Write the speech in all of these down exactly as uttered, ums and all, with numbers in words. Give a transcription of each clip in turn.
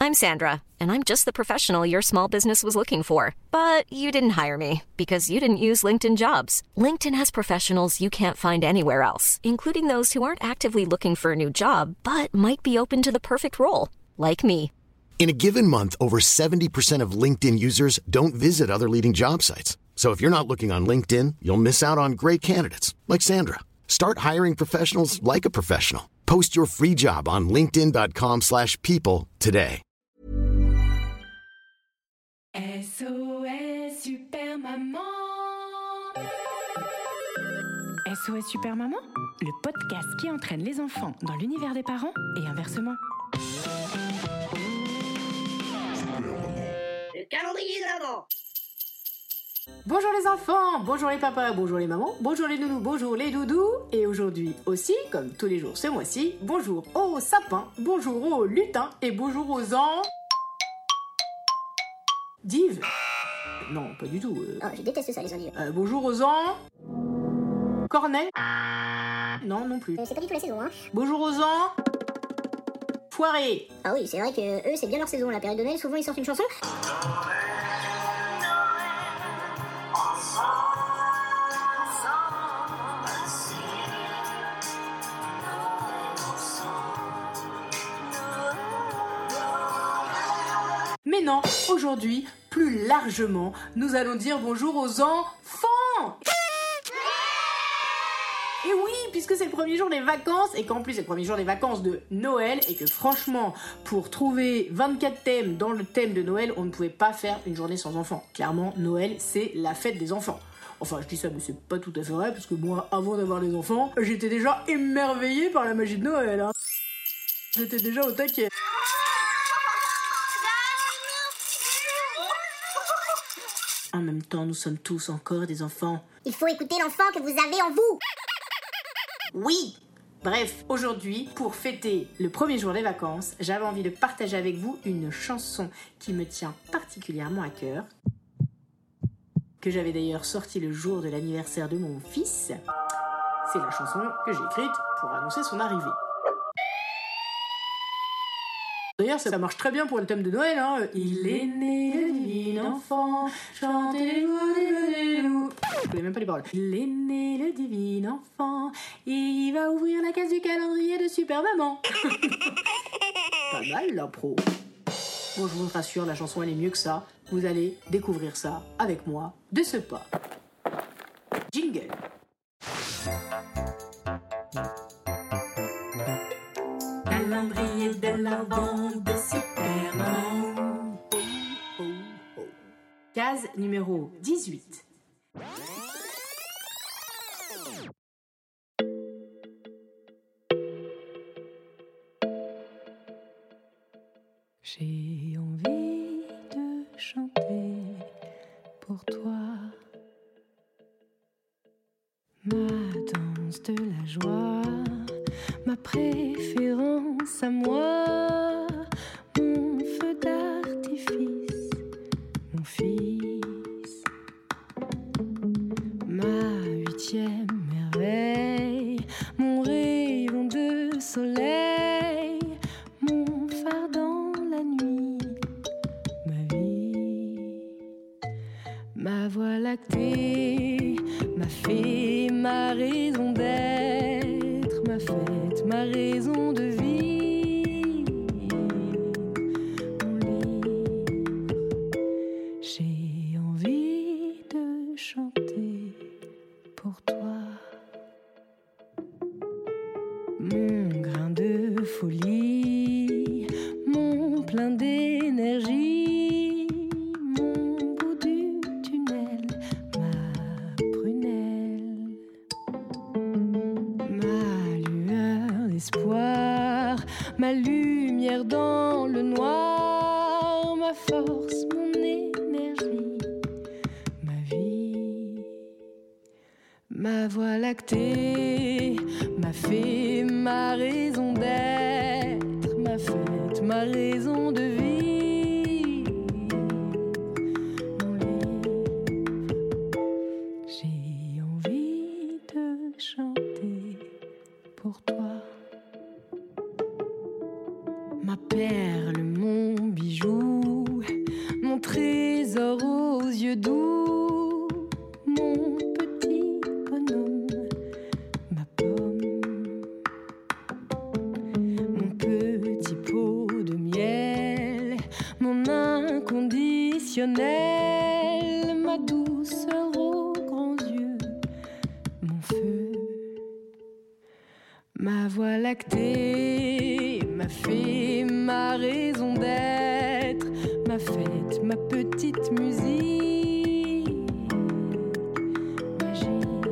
I'm Sandra, and I'm just the professional your small business was looking for. But you didn't hire me because you didn't use LinkedIn Jobs. LinkedIn has professionals you can't find anywhere else, including those who aren't actively looking for a new job, but might be open to the perfect role, like me. In a given month, over seventy percent of LinkedIn users don't visit other leading job sites. So if you're not looking on LinkedIn, you'll miss out on great candidates like Sandra. Start hiring professionals like a professional. Post your free job on linkedin.com slash people today. S O S Super Maman. S O S Super Maman, le podcast qui entraîne les enfants dans l'univers des parents et inversement. Le calendrier de l'Avent. Bonjour les enfants, bonjour les papas, bonjour les mamans, bonjour les nounous, bonjour les doudous. Et aujourd'hui aussi, comme tous les jours ce mois-ci, bonjour aux sapins, bonjour aux lutins et bonjour aux ans... Dives. Non, pas du tout. Euh... Oh, je déteste ça, les endives. Euh, bonjour aux ans... Cornet. Non, non plus. Euh, c'est pas du tout la saison, hein. Bonjour aux ans... Foiré. Ah oui, c'est vrai que eux, c'est bien leur saison, la période de Noël, souvent ils sortent une chanson. Mais non, aujourd'hui, plus largement, nous allons dire bonjour aux enfants. Et oui, puisque c'est le premier jour des vacances, et qu'en plus c'est le premier jour des vacances de Noël, et que franchement, pour trouver vingt-quatre thèmes dans le thème de Noël, on ne pouvait pas faire une journée sans enfants. Clairement, Noël, c'est la fête des enfants. Enfin, je dis ça, mais c'est pas tout à fait vrai, parce que moi, avant d'avoir les enfants, j'étais déjà émerveillé par la magie de Noël. Hein. J'étais déjà au taquet. En même temps, nous sommes tous encore des enfants. Il faut écouter l'enfant que vous avez en vous. Oui. Bref, aujourd'hui, pour fêter le premier jour des vacances, j'avais envie de partager avec vous une chanson qui me tient particulièrement à cœur, que j'avais d'ailleurs sortie le jour de l'anniversaire de mon fils. C'est la chanson que j'ai écrite pour annoncer son arrivée. D'ailleurs, ça marche très bien pour le thème de Noël, hein. Il est né le divin enfant, chantez-vous des loups. Je connais même pas les paroles. Il est né le divin enfant, et il va ouvrir la case du calendrier de Super Maman. Pas mal l'impro. Bon, je vous rassure, la chanson elle est mieux que ça. Vous allez découvrir ça avec moi de ce pas. Jingle. Calendrier de l'Avent de Super Maman. Oh, oh, oh. Case numéro dix-huit. J'ai envie de chanter pour toi ma danse de la joie, ma préférence à moi, mon feu d'artifice, mon fils, ma huitième merveille, mon rayon de soleil, mon phare dans la nuit, ma vie, ma voie lactée, ma fée, ma raison d'être, ma fête, ma raison de vivre, mon livre. J'ai envie de chanter pour toi. Mon grain de folie, mon plein d'énergie, mon bout du tunnel, ma prunelle, ma lueur d'espoir, ma lumière dans le noir, ma force, mon énergie, ma vie, ma voie lactée, ma fée, ma raison d'être, ma fête, ma raison de vivre, mon livre. J'ai envie de chanter pour toi, ma perle, mon inconditionnel, ma douceur aux grands yeux, mon feu, ma voie lactée, ma fée, ma raison d'être, ma fête, ma petite musique magique.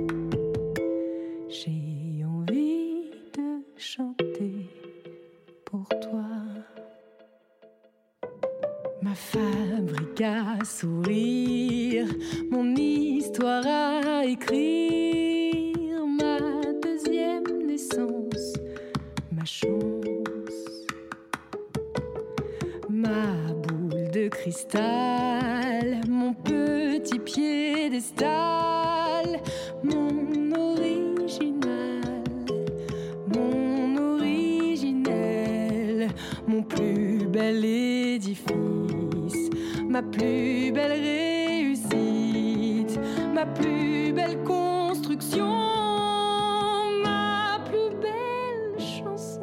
J'ai envie de chanter pour toi. Ma fabrique à sourire, mon histoire à écrire, ma deuxième naissance, ma chance, ma boule de cristal, mon petit piédestal, mon original, mon originel, mon plus bel édifice, ma plus belle réussite, ma plus belle construction, ma plus belle chanson.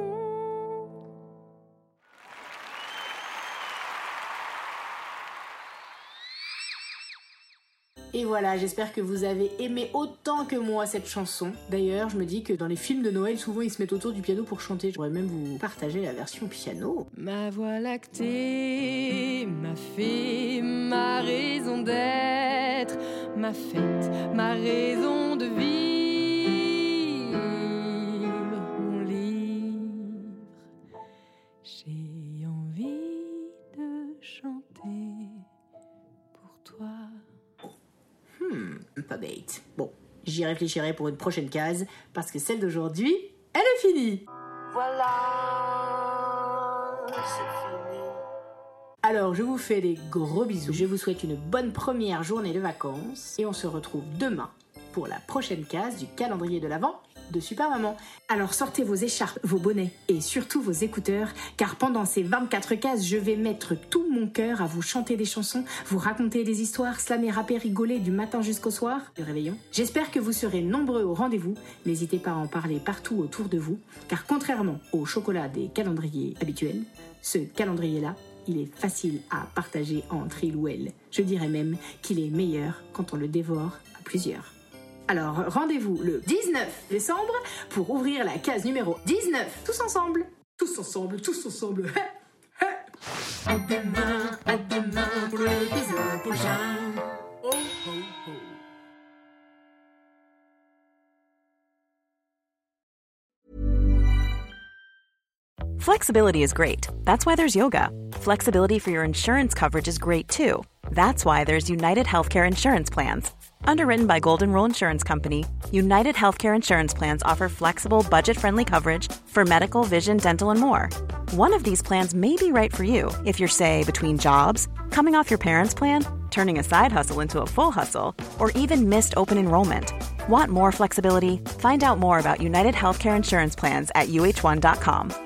Et voilà, j'espère que vous avez aimé autant que moi cette chanson. D'ailleurs, je me dis que dans les films de Noël, souvent ils se mettent autour du piano pour chanter. Je pourrais même vous partager la version piano. Ma voie lactée, ma fée, ma raison d'être, ma fête, ma raison de vivre, mon livre. J'ai envie de chanter pour toi. Hmm, pas bête. Bon, j'y réfléchirai pour une prochaine case, parce que celle d'aujourd'hui, elle est finie. Voilà, c'est fini. Alors, je vous fais des gros bisous. Je vous souhaite une bonne première journée de vacances. Et on se retrouve demain pour la prochaine case du calendrier de l'Avent de Super Maman. Alors sortez vos écharpes, vos bonnets et surtout vos écouteurs, car pendant ces vingt-quatre cases, je vais mettre tout mon cœur à vous chanter des chansons, vous raconter des histoires, slammer, rapper, rigoler du matin jusqu'au soir, du réveillon. J'espère que vous serez nombreux au rendez-vous. N'hésitez pas à en parler partout autour de vous, car contrairement au chocolat des calendriers habituels, ce calendrier-là, il est facile à partager entre il ou elle. Je dirais même qu'il est meilleur quand on le dévore à plusieurs. Alors, rendez-vous le dix-neuf décembre pour ouvrir la case numéro dix-neuf. Tous ensemble. Tous ensemble, tous ensemble. À demain, à demain pour l'épisode prochain. Oh, oh, oh. Flexibility is great. That's why there's yoga. Flexibility for your insurance coverage is great too. That's why there's United Healthcare Insurance Plans. Underwritten by Golden Rule Insurance Company, United Healthcare Insurance Plans offer flexible, budget-friendly coverage for medical, vision, dental, and more. One of these plans may be right for you if you're, say, between jobs, coming off your parents' plan, turning a side hustle into a full hustle, or even missed open enrollment. Want more flexibility? Find out more about United Healthcare Insurance Plans at U H one dot com.